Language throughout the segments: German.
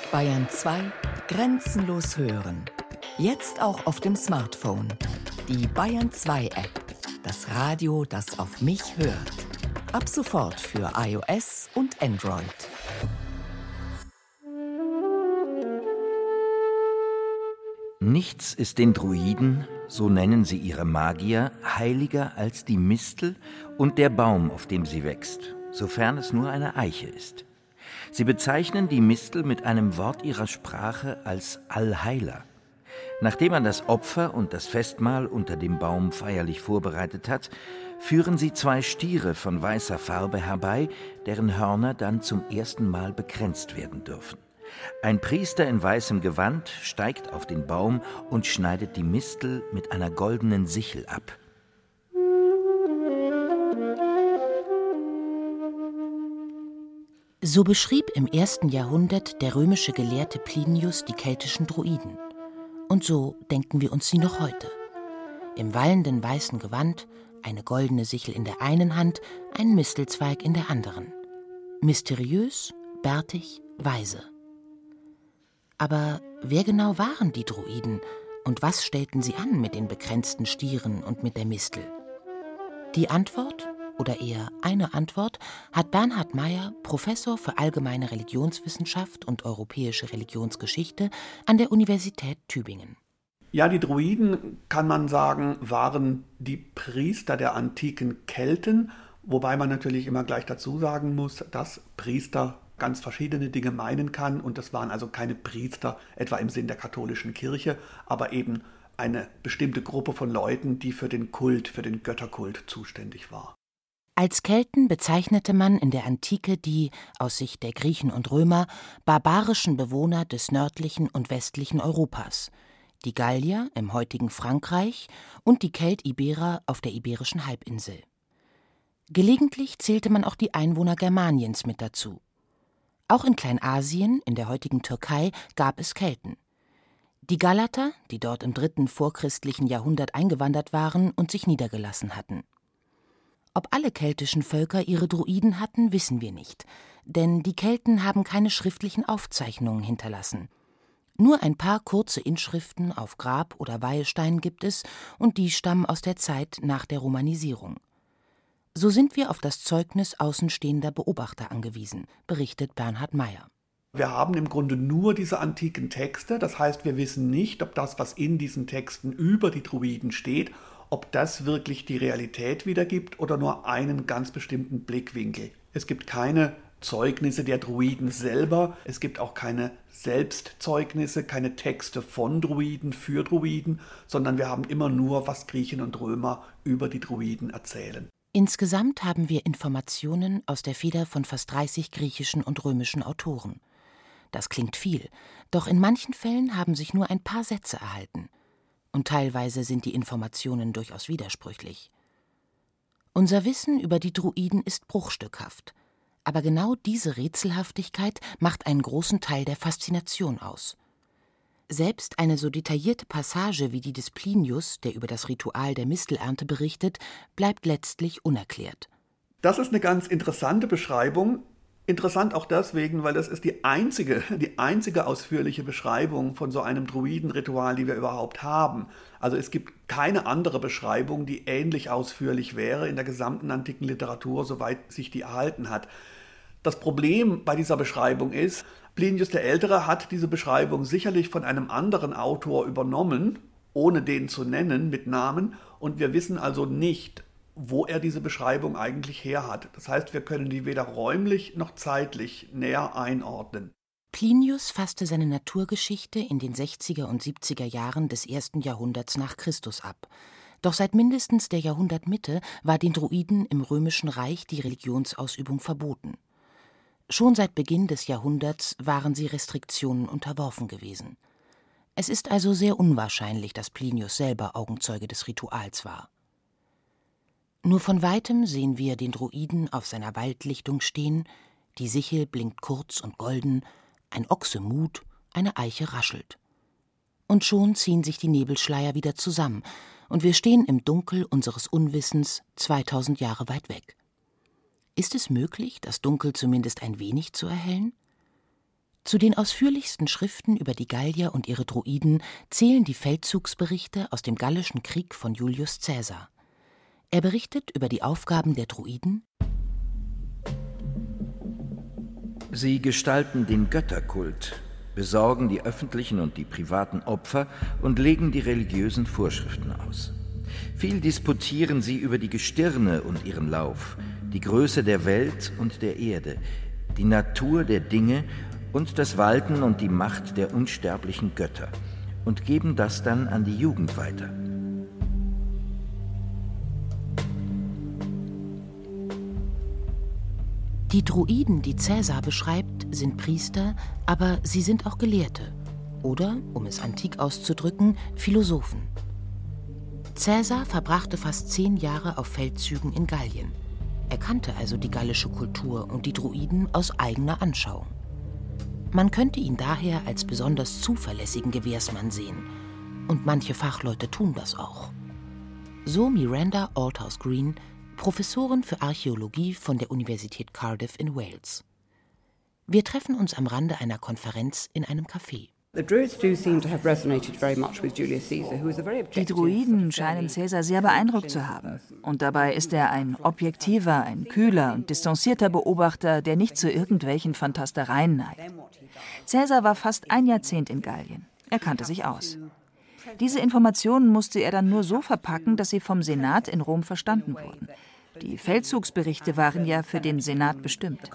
Bayern 2 grenzenlos hören. Jetzt auch auf dem Smartphone. Die Bayern 2 App. Das Radio, das auf mich hört. Ab sofort für iOS und Android. Nichts ist den Druiden, so nennen sie ihre Magier, heiliger als die Mistel und der Baum, auf dem sie wächst, sofern es nur eine Eiche ist. Sie bezeichnen die Mistel mit einem Wort ihrer Sprache als Allheiler. Nachdem man das Opfer und das Festmahl unter dem Baum feierlich vorbereitet hat, führen sie 2 Stiere von weißer Farbe herbei, deren Hörner dann zum ersten Mal bekränzt werden dürfen. Ein Priester in weißem Gewand steigt auf den Baum und schneidet die Mistel mit einer goldenen Sichel ab. So beschrieb im 1. Jahrhundert der römische Gelehrte Plinius die keltischen Druiden. Und so denken wir uns sie noch heute. Im wallenden weißen Gewand, eine goldene Sichel in der einen Hand, ein Mistelzweig in der anderen. Mysteriös, bärtig, weise. Aber wer genau waren die Druiden und was stellten sie an mit den bekränzten Stieren und mit der Mistel? Die Antwort, oder eher eine Antwort, hat Bernhard Meyer, Professor für allgemeine Religionswissenschaft und europäische Religionsgeschichte an der Universität Tübingen. Ja, die Druiden, kann man sagen, waren die Priester der antiken Kelten, wobei man natürlich immer gleich dazu sagen muss, dass Priester ganz verschiedene Dinge meinen kann und das waren also keine Priester, etwa im Sinn der katholischen Kirche, aber eben eine bestimmte Gruppe von Leuten, die für den Kult, für den Götterkult zuständig war. Als Kelten bezeichnete man in der Antike die, aus Sicht der Griechen und Römer, barbarischen Bewohner des nördlichen und westlichen Europas, die Gallier im heutigen Frankreich und die Keltiberer auf der Iberischen Halbinsel. Gelegentlich zählte man auch die Einwohner Germaniens mit dazu. Auch in Kleinasien, in der heutigen Türkei, gab es Kelten. Die Galater, die dort im 3. vorchristlichen Jahrhundert eingewandert waren und sich niedergelassen hatten. Ob alle keltischen Völker ihre Druiden hatten, wissen wir nicht, denn die Kelten haben keine schriftlichen Aufzeichnungen hinterlassen. Nur ein paar kurze Inschriften auf Grab- oder Weihestein gibt es, und die stammen aus der Zeit nach der Romanisierung. So sind wir auf das Zeugnis außenstehender Beobachter angewiesen, berichtet Bernhard Meyer. Wir haben im Grunde nur diese antiken Texte, das heißt, wir wissen nicht, ob das, was in diesen Texten über die Druiden steht, ob das wirklich die Realität wiedergibt oder nur einen ganz bestimmten Blickwinkel. Es gibt keine Zeugnisse der Druiden selber, es gibt auch keine Selbstzeugnisse, keine Texte von Druiden für Druiden, sondern wir haben immer nur, was Griechen und Römer über die Druiden erzählen. Insgesamt haben wir Informationen aus der Feder von fast 30 griechischen und römischen Autoren. Das klingt viel, doch in manchen Fällen haben sich nur ein paar Sätze erhalten. Und teilweise sind die Informationen durchaus widersprüchlich. Unser Wissen über die Druiden ist bruchstückhaft, aber genau diese Rätselhaftigkeit macht einen großen Teil der Faszination aus. Selbst eine so detaillierte Passage wie die des Plinius, der über das Ritual der Mistelernte berichtet, bleibt letztlich unerklärt. Das ist eine ganz interessante Beschreibung. Interessant auch deswegen, weil das ist die einzige ausführliche Beschreibung von so einem Druidenritual, die wir überhaupt haben. Also es gibt keine andere Beschreibung, die ähnlich ausführlich wäre in der gesamten antiken Literatur, soweit sich die erhalten hat. Das Problem bei dieser Beschreibung ist, Plinius der Ältere hat diese Beschreibung sicherlich von einem anderen Autor übernommen, ohne den zu nennen, mit Namen, und wir wissen also nicht, wo er diese Beschreibung eigentlich her hat. Das heißt, wir können die weder räumlich noch zeitlich näher einordnen. Plinius fasste seine Naturgeschichte in den 60er und 70er Jahren des 1. Jahrhunderts nach Christus ab. Doch seit mindestens der Jahrhundertmitte war den Druiden im Römischen Reich die Religionsausübung verboten. Schon seit Beginn des Jahrhunderts waren sie Restriktionen unterworfen gewesen. Es ist also sehr unwahrscheinlich, dass Plinius selber Augenzeuge des Rituals war. Nur von Weitem sehen wir den Druiden auf seiner Waldlichtung stehen, die Sichel blinkt kurz und golden, ein Ochse muht, eine Eiche raschelt. Und schon ziehen sich die Nebelschleier wieder zusammen, und wir stehen im Dunkel unseres Unwissens 2000 Jahre weit weg. Ist es möglich, das Dunkel zumindest ein wenig zu erhellen? Zu den ausführlichsten Schriften über die Gallier und ihre Druiden zählen die Feldzugsberichte aus dem Gallischen Krieg von Julius Caesar. Er berichtet über die Aufgaben der Druiden. Sie gestalten den Götterkult, besorgen die öffentlichen und die privaten Opfer und legen die religiösen Vorschriften aus. Viel disputieren sie über die Gestirne und ihren Lauf, die Größe der Welt und der Erde, die Natur der Dinge und das Walten und die Macht der unsterblichen Götter und geben das dann an die Jugend weiter. Die Druiden, die Caesar beschreibt, sind Priester, aber sie sind auch Gelehrte oder, um es antik auszudrücken, Philosophen. Caesar verbrachte fast 10 Jahre auf Feldzügen in Gallien. Er kannte also die gallische Kultur und die Druiden aus eigener Anschauung. Man könnte ihn daher als besonders zuverlässigen Gewährsmann sehen. Und manche Fachleute tun das auch. So Miranda Aldhouse-Green, Professorin für Archäologie von der Universität Cardiff in Wales. Wir treffen uns am Rande einer Konferenz in einem Café. Die Druiden scheinen Caesar sehr beeindruckt zu haben. Und dabei ist er ein objektiver, ein kühler und distanzierter Beobachter, der nicht zu irgendwelchen Fantastereien neigt. Caesar war fast ein Jahrzehnt in Gallien. Er kannte sich aus. Diese Informationen musste er dann nur so verpacken, dass sie vom Senat in Rom verstanden wurden. Die Feldzugsberichte waren ja für den Senat bestimmt.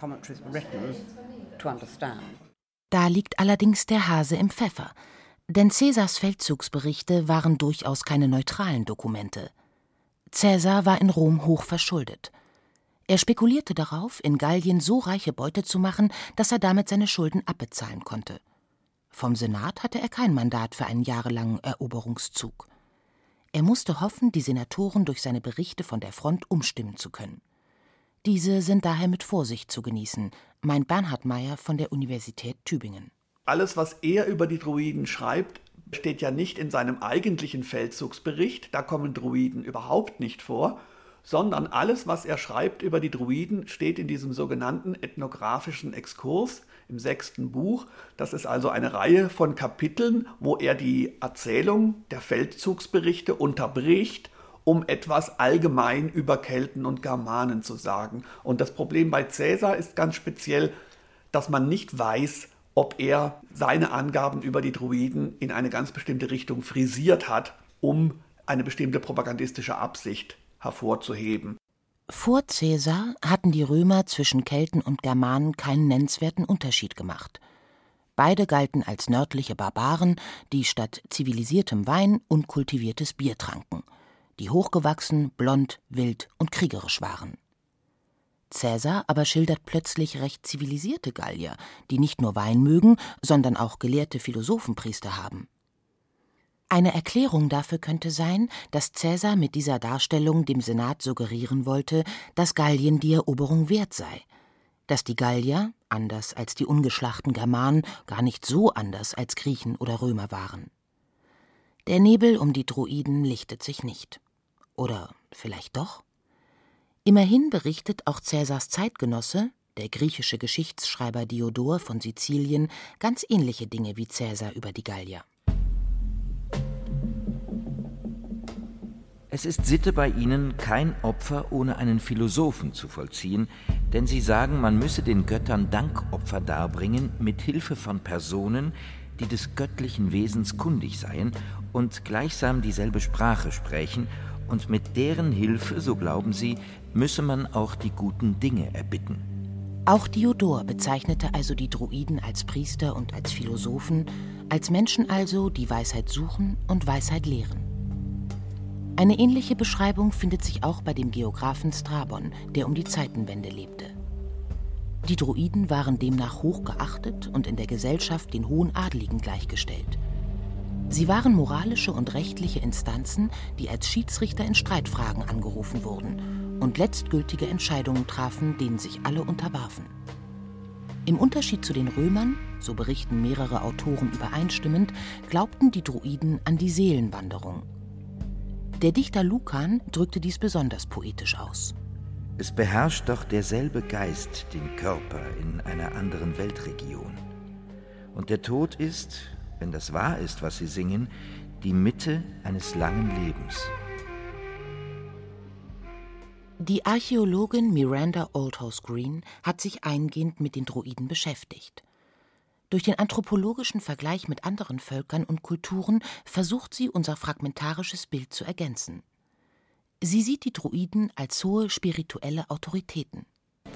Da liegt allerdings der Hase im Pfeffer, denn Caesars Feldzugsberichte waren durchaus keine neutralen Dokumente. Caesar war in Rom hoch verschuldet. Er spekulierte darauf, in Gallien so reiche Beute zu machen, dass er damit seine Schulden abbezahlen konnte. Vom Senat hatte er kein Mandat für einen jahrelangen Eroberungszug. Er musste hoffen, die Senatoren durch seine Berichte von der Front umstimmen zu können. Diese sind daher mit Vorsicht zu genießen, meint Bernhard Meyer von der Universität Tübingen. Alles, was er über die Druiden schreibt, steht ja nicht in seinem eigentlichen Feldzugsbericht, da kommen Druiden überhaupt nicht vor, sondern alles, was er schreibt über die Druiden, steht in diesem sogenannten ethnographischen Exkurs im 6. Buch. Das ist also eine Reihe von Kapiteln, wo er die Erzählung der Feldzugsberichte unterbricht, um etwas allgemein über Kelten und Germanen zu sagen. Und das Problem bei Caesar ist ganz speziell, dass man nicht weiß, ob er seine Angaben über die Druiden in eine ganz bestimmte Richtung frisiert hat, um eine bestimmte propagandistische Absicht hervorzuheben. Vor Caesar hatten die Römer zwischen Kelten und Germanen keinen nennenswerten Unterschied gemacht. Beide galten als nördliche Barbaren, die statt zivilisiertem Wein unkultiviertes Bier tranken, die hochgewachsen, blond, wild und kriegerisch waren. Caesar aber schildert plötzlich recht zivilisierte Gallier, die nicht nur Wein mögen, sondern auch gelehrte Philosophenpriester haben. Eine Erklärung dafür könnte sein, dass Caesar mit dieser Darstellung dem Senat suggerieren wollte, dass Gallien die Eroberung wert sei, dass die Gallier, anders als die ungeschlachten Germanen, gar nicht so anders als Griechen oder Römer waren. Der Nebel um die Druiden lichtet sich nicht. Oder vielleicht doch? Immerhin berichtet auch Caesars Zeitgenosse, der griechische Geschichtsschreiber Diodor von Sizilien, ganz ähnliche Dinge wie Caesar über die Gallier. Es ist Sitte bei ihnen, kein Opfer ohne einen Philosophen zu vollziehen, denn sie sagen, man müsse den Göttern Dankopfer darbringen mit Hilfe von Personen, die des göttlichen Wesens kundig seien und gleichsam dieselbe Sprache sprechen, und mit deren Hilfe, so glauben sie, müsse man auch die guten Dinge erbitten. Auch Diodor bezeichnete also die Druiden als Priester und als Philosophen, als Menschen also, die Weisheit suchen und Weisheit lehren. Eine ähnliche Beschreibung findet sich auch bei dem Geographen Strabon, der um die Zeitenwende lebte. Die Druiden waren demnach hochgeachtet und in der Gesellschaft den hohen Adeligen gleichgestellt. Sie waren moralische und rechtliche Instanzen, die als Schiedsrichter in Streitfragen angerufen wurden und letztgültige Entscheidungen trafen, denen sich alle unterwarfen. Im Unterschied zu den Römern, so berichten mehrere Autoren übereinstimmend, glaubten die Druiden an die Seelenwanderung. Der Dichter Lucan drückte dies besonders poetisch aus. Es beherrscht doch derselbe Geist den Körper in einer anderen Weltregion. Und der Tod ist, wenn das wahr ist, was sie singen, die Mitte eines langen Lebens. Die Archäologin Miranda Aldhouse Green hat sich eingehend mit den Druiden beschäftigt. Durch den anthropologischen Vergleich mit anderen Völkern und Kulturen versucht sie, unser fragmentarisches Bild zu ergänzen. Sie sieht die Druiden als hohe spirituelle Autoritäten. Sie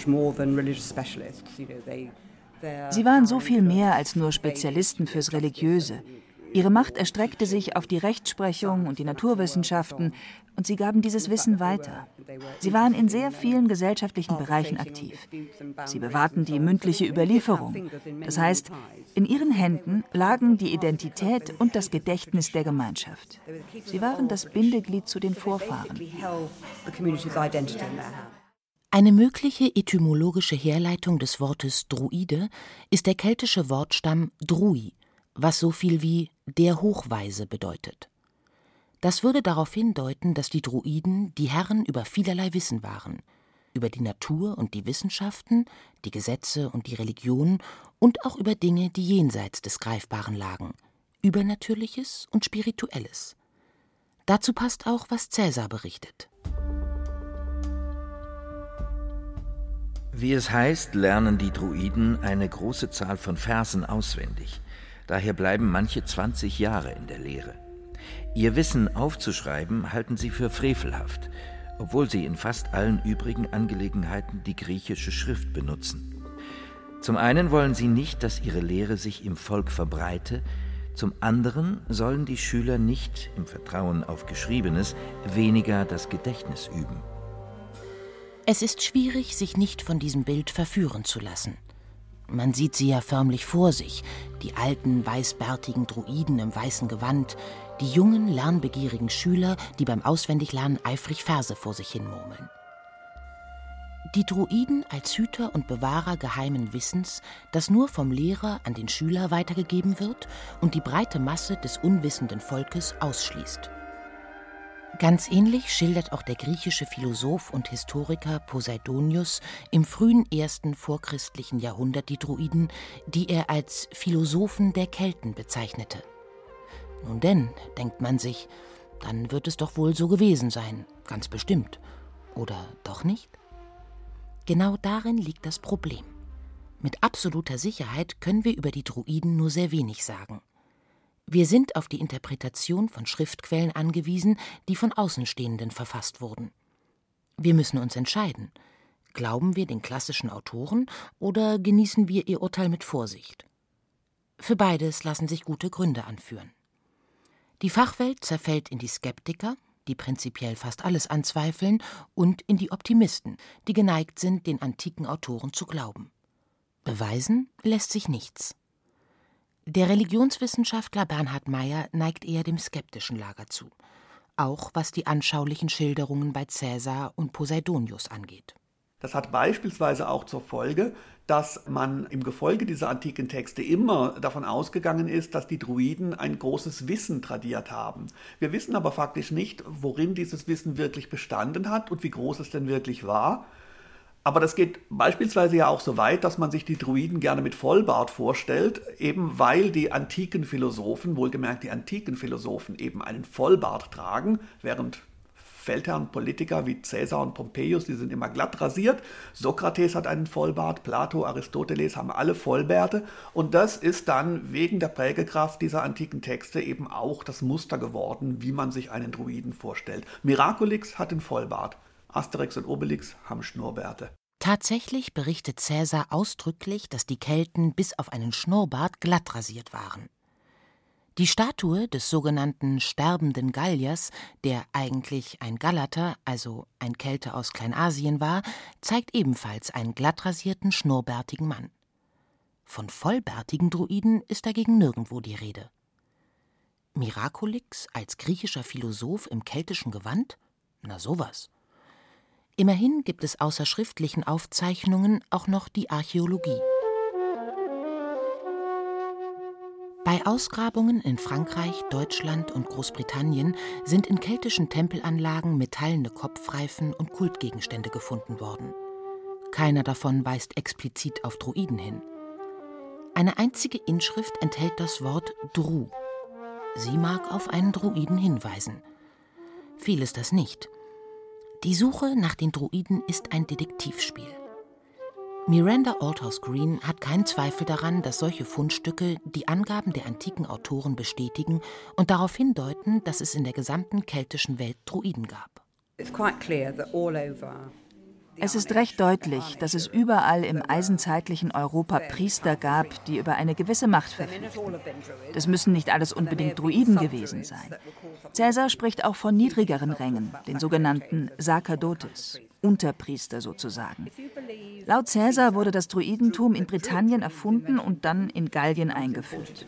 waren so viel mehr als nur Spezialisten fürs Religiöse. Ihre Macht erstreckte sich auf die Rechtsprechung und die Naturwissenschaften, und sie gaben dieses Wissen weiter. Sie waren in sehr vielen gesellschaftlichen Bereichen aktiv. Sie bewahrten die mündliche Überlieferung. Das heißt, in ihren Händen lagen die Identität und das Gedächtnis der Gemeinschaft. Sie waren das Bindeglied zu den Vorfahren. Eine mögliche etymologische Herleitung des Wortes Druide ist der keltische Wortstamm drui, was so viel wie der Hochweise bedeutet. Das würde darauf hindeuten, dass die Druiden die Herren über vielerlei Wissen waren, über die Natur und die Wissenschaften, die Gesetze und die Religion und auch über Dinge, die jenseits des Greifbaren lagen, Übernatürliches und Spirituelles. Dazu passt auch, was Caesar berichtet. Wie es heißt, lernen die Druiden eine große Zahl von Versen auswendig. Daher bleiben manche 20 Jahre in der Lehre. Ihr Wissen aufzuschreiben halten sie für frevelhaft, obwohl sie in fast allen übrigen Angelegenheiten die griechische Schrift benutzen. Zum einen wollen sie nicht, dass ihre Lehre sich im Volk verbreite, zum anderen sollen die Schüler nicht, im Vertrauen auf Geschriebenes, weniger das Gedächtnis üben. Es ist schwierig, sich nicht von diesem Bild verführen zu lassen. Man sieht sie ja förmlich vor sich, die alten, weißbärtigen Druiden im weißen Gewand, die jungen, lernbegierigen Schüler, die beim Auswendiglernen eifrig Verse vor sich hin murmeln. Die Druiden als Hüter und Bewahrer geheimen Wissens, das nur vom Lehrer an den Schüler weitergegeben wird und die breite Masse des unwissenden Volkes ausschließt. Ganz ähnlich schildert auch der griechische Philosoph und Historiker Poseidonius im frühen 1. vorchristlichen Jahrhundert die Druiden, die er als Philosophen der Kelten bezeichnete. Nun denn, denkt man sich, dann wird es doch wohl so gewesen sein, ganz bestimmt. Oder doch nicht? Genau darin liegt das Problem. Mit absoluter Sicherheit können wir über die Druiden nur sehr wenig sagen. Wir sind auf die Interpretation von Schriftquellen angewiesen, die von Außenstehenden verfasst wurden. Wir müssen uns entscheiden. Glauben wir den klassischen Autoren oder genießen wir ihr Urteil mit Vorsicht? Für beides lassen sich gute Gründe anführen. Die Fachwelt zerfällt in die Skeptiker, die prinzipiell fast alles anzweifeln, und in die Optimisten, die geneigt sind, den antiken Autoren zu glauben. Beweisen lässt sich nichts. Der Religionswissenschaftler Bernhard Meyer neigt eher dem skeptischen Lager zu, auch was die anschaulichen Schilderungen bei Caesar und Poseidonius angeht. Das hat beispielsweise auch zur Folge, dass man im Gefolge dieser antiken Texte immer davon ausgegangen ist, dass die Druiden ein großes Wissen tradiert haben. Wir wissen aber faktisch nicht, worin dieses Wissen wirklich bestanden hat und wie groß es denn wirklich war. Aber das geht beispielsweise ja auch so weit, dass man sich die Druiden gerne mit Vollbart vorstellt, eben weil die antiken Philosophen, wohlgemerkt die antiken Philosophen, eben einen Vollbart tragen, während Feldherren, Politiker wie Caesar und Pompeius, die sind immer glatt rasiert. Sokrates hat einen Vollbart, Plato, Aristoteles haben alle Vollbärte. Und das ist dann wegen der Prägekraft dieser antiken Texte eben auch das Muster geworden, wie man sich einen Druiden vorstellt. Miraculix hat einen Vollbart. Asterix und Obelix haben Schnurrbärte. Tatsächlich berichtet Caesar ausdrücklich, dass die Kelten bis auf einen Schnurrbart glatt rasiert waren. Die Statue des sogenannten sterbenden Galliers, der eigentlich ein Galater, also ein Kelte aus Kleinasien war, zeigt ebenfalls einen glattrasierten, schnurrbärtigen Mann. Von vollbärtigen Druiden ist dagegen nirgendwo die Rede. Miraculix als griechischer Philosoph im keltischen Gewand? Na sowas. Immerhin gibt es außer schriftlichen Aufzeichnungen auch noch die Archäologie. Bei Ausgrabungen in Frankreich, Deutschland und Großbritannien sind in keltischen Tempelanlagen metallene Kopfreifen und Kultgegenstände gefunden worden. Keiner davon weist explizit auf Druiden hin. Eine einzige Inschrift enthält das Wort Dru. Sie mag auf einen Druiden hinweisen. Viel ist das nicht. Die Suche nach den Druiden ist ein Detektivspiel. Miranda Aldhouse Green hat keinen Zweifel daran, dass solche Fundstücke die Angaben der antiken Autoren bestätigen und darauf hindeuten, dass es in der gesamten keltischen Welt Druiden gab. Es ist recht deutlich, dass es überall im eisenzeitlichen Europa Priester gab, die über eine gewisse Macht verfügten. Das müssen nicht alles unbedingt Druiden gewesen sein. Caesar spricht auch von niedrigeren Rängen, den sogenannten Sacerdotes, Unterpriester sozusagen. Laut Caesar wurde das Druidentum in Britannien erfunden und dann in Gallien eingeführt.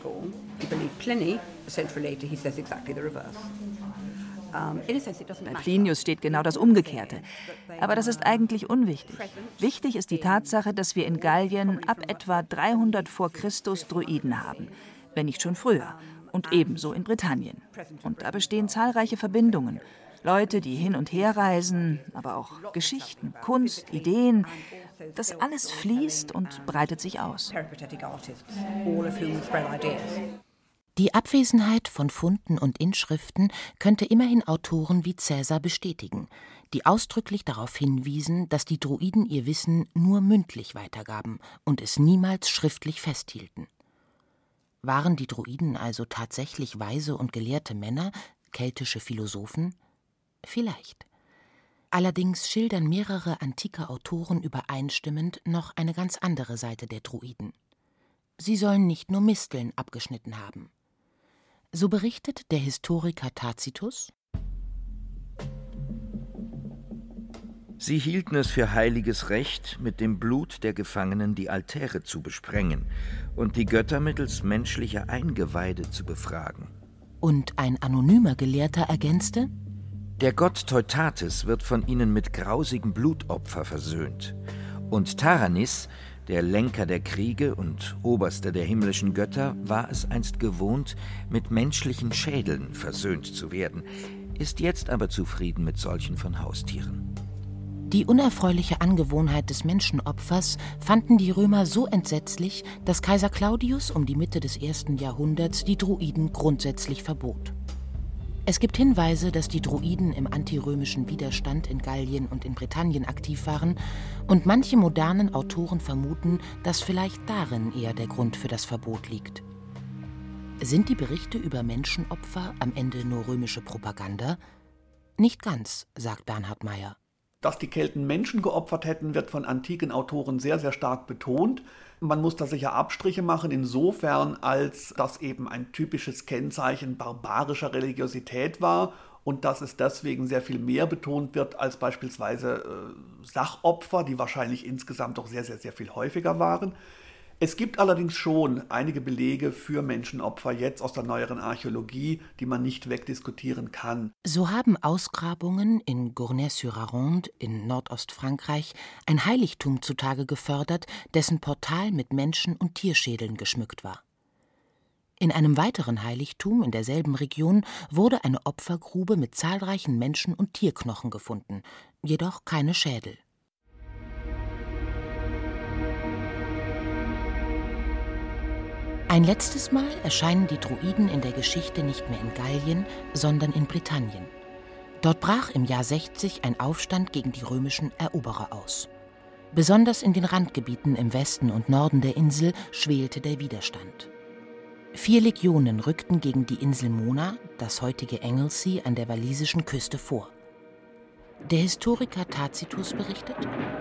Bei Plinius steht genau das Umgekehrte. Aber das ist eigentlich unwichtig. Wichtig ist die Tatsache, dass wir in Gallien ab etwa 300 vor Christus Druiden haben, wenn nicht schon früher. Und ebenso in Britannien. Und da bestehen zahlreiche Verbindungen. Leute, die hin und her reisen, aber auch Geschichten, Kunst, Ideen. Das alles fließt und breitet sich aus. Die Abwesenheit von Funden und Inschriften könnte immerhin Autoren wie Caesar bestätigen, die ausdrücklich darauf hinwiesen, dass die Druiden ihr Wissen nur mündlich weitergaben und es niemals schriftlich festhielten. Waren die Druiden also tatsächlich weise und gelehrte Männer, keltische Philosophen? Vielleicht. Allerdings schildern mehrere antike Autoren übereinstimmend noch eine ganz andere Seite der Druiden. Sie sollen nicht nur Misteln abgeschnitten haben. So berichtet der Historiker Tacitus: Sie hielten es für heiliges Recht, mit dem Blut der Gefangenen die Altäre zu besprengen und die Götter mittels menschlicher Eingeweide zu befragen. Und ein anonymer Gelehrter ergänzte: Der Gott Teutates wird von ihnen mit grausigem Blutopfer versöhnt. Und Taranis, der Lenker der Kriege und Oberster der himmlischen Götter, war es einst gewohnt, mit menschlichen Schädeln versöhnt zu werden, ist jetzt aber zufrieden mit solchen von Haustieren. Die unerfreuliche Angewohnheit des Menschenopfers fanden die Römer so entsetzlich, dass Kaiser Claudius um die Mitte des 1. Jahrhunderts die Druiden grundsätzlich verbot. Es gibt Hinweise, dass die Druiden im antirömischen Widerstand in Gallien und in Britannien aktiv waren, und manche modernen Autoren vermuten, dass vielleicht darin eher der Grund für das Verbot liegt. Sind die Berichte über Menschenopfer am Ende nur römische Propaganda? Nicht ganz, sagt Bernhard Meyer. Dass die Kelten Menschen geopfert hätten, wird von antiken Autoren sehr, sehr stark betont. Man muss da sicher Abstriche machen, insofern, als das eben ein typisches Kennzeichen barbarischer Religiosität war und dass es deswegen sehr viel mehr betont wird als beispielsweise Sachopfer, die wahrscheinlich insgesamt doch sehr, sehr, sehr viel häufiger waren. Es gibt allerdings schon einige Belege für Menschenopfer jetzt aus der neueren Archäologie, die man nicht wegdiskutieren kann. So haben Ausgrabungen in Gournay-sur-Aronde in Nordostfrankreich ein Heiligtum zutage gefördert, dessen Portal mit Menschen- und Tierschädeln geschmückt war. In einem weiteren Heiligtum in derselben Region wurde eine Opfergrube mit zahlreichen Menschen- und Tierknochen gefunden, jedoch keine Schädel. Ein letztes Mal erscheinen die Druiden in der Geschichte nicht mehr in Gallien, sondern in Britannien. Dort brach im Jahr 60 ein Aufstand gegen die römischen Eroberer aus. Besonders in den Randgebieten im Westen und Norden der Insel schwelte der Widerstand. 4 Legionen rückten gegen die Insel Mona, das heutige Anglesey, an der walisischen Küste vor. Der Historiker Tacitus berichtet: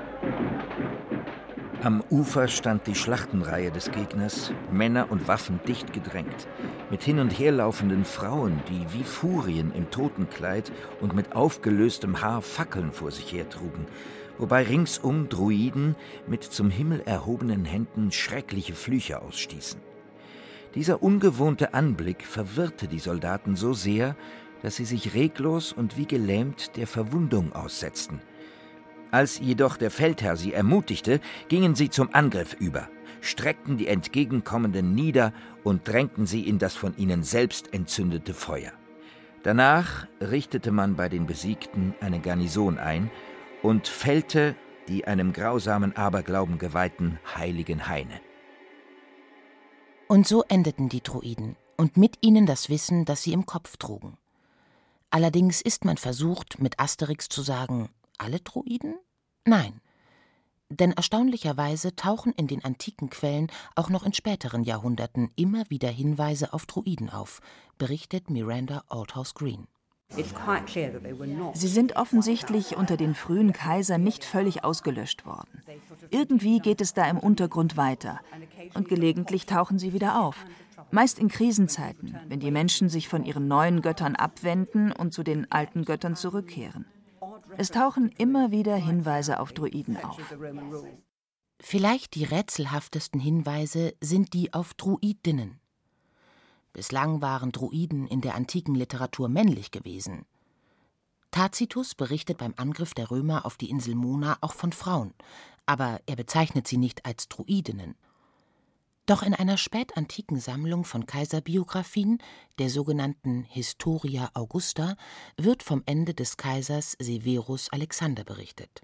Am Ufer stand die Schlachtenreihe des Gegners, Männer und Waffen dicht gedrängt, mit hin- und herlaufenden Frauen, die wie Furien im Totenkleid und mit aufgelöstem Haar Fackeln vor sich hertrugen, wobei ringsum Druiden mit zum Himmel erhobenen Händen schreckliche Flüche ausstießen. Dieser ungewohnte Anblick verwirrte die Soldaten so sehr, dass sie sich reglos und wie gelähmt der Verwundung aussetzten. Als jedoch der Feldherr sie ermutigte, gingen sie zum Angriff über, streckten die Entgegenkommenden nieder und drängten sie in das von ihnen selbst entzündete Feuer. Danach richtete man bei den Besiegten eine Garnison ein und fällte die einem grausamen Aberglauben geweihten heiligen Haine. Und so endeten die Druiden und mit ihnen das Wissen, das sie im Kopf trugen. Allerdings ist man versucht, mit Asterix zu sagen, alle Druiden? Nein. Denn erstaunlicherweise tauchen in den antiken Quellen auch noch in späteren Jahrhunderten immer wieder Hinweise auf Druiden auf, berichtet Miranda Aldhouse-Green. Sie sind offensichtlich unter den frühen Kaisern nicht völlig ausgelöscht worden. Irgendwie geht es da im Untergrund weiter. Und gelegentlich tauchen sie wieder auf. Meist in Krisenzeiten, wenn die Menschen sich von ihren neuen Göttern abwenden und zu den alten Göttern zurückkehren. Es tauchen immer wieder Hinweise auf Druiden auf. Vielleicht die rätselhaftesten Hinweise sind die auf Druidinnen. Bislang waren Druiden in der antiken Literatur männlich gewesen. Tacitus berichtet beim Angriff der Römer auf die Insel Mona auch von Frauen, aber er bezeichnet sie nicht als Druidinnen. Doch in einer spätantiken Sammlung von Kaiserbiografien, der sogenannten Historia Augusta, wird vom Ende des Kaisers Severus Alexander berichtet.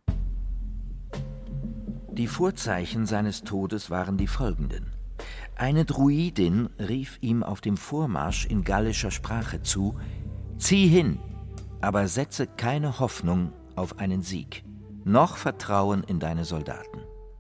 Die Vorzeichen seines Todes waren die folgenden. Eine Druidin rief ihm auf dem Vormarsch in gallischer Sprache zu: »Zieh hin, aber setze keine Hoffnung auf einen Sieg, noch Vertrauen in deine Soldaten.«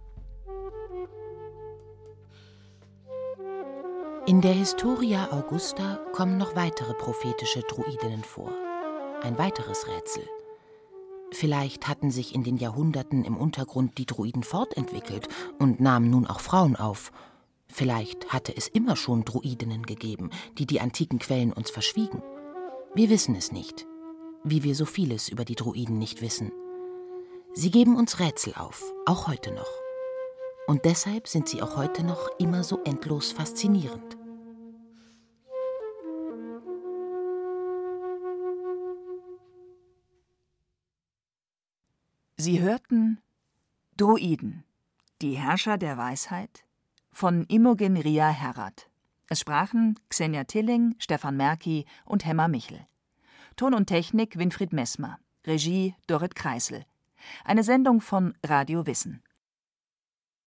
In der Historia Augusta kommen noch weitere prophetische Druidinnen vor. Ein weiteres Rätsel. Vielleicht hatten sich in den Jahrhunderten im Untergrund die Druiden fortentwickelt und nahmen nun auch Frauen auf. Vielleicht hatte es immer schon Druidinnen gegeben, die die antiken Quellen uns verschwiegen. Wir wissen es nicht, wie wir so vieles über die Druiden nicht wissen. Sie geben uns Rätsel auf, auch heute noch. Und deshalb sind sie auch heute noch immer so endlos faszinierend. Sie hörten Druiden, die Herrscher der Weisheit von Imogen Ria Herrat. Es sprachen Xenia Tilling, Stefan Merki und Hemmer Michel. Ton und Technik Winfried Messmer. Regie Dorit Kreisel. Eine Sendung von Radio Wissen.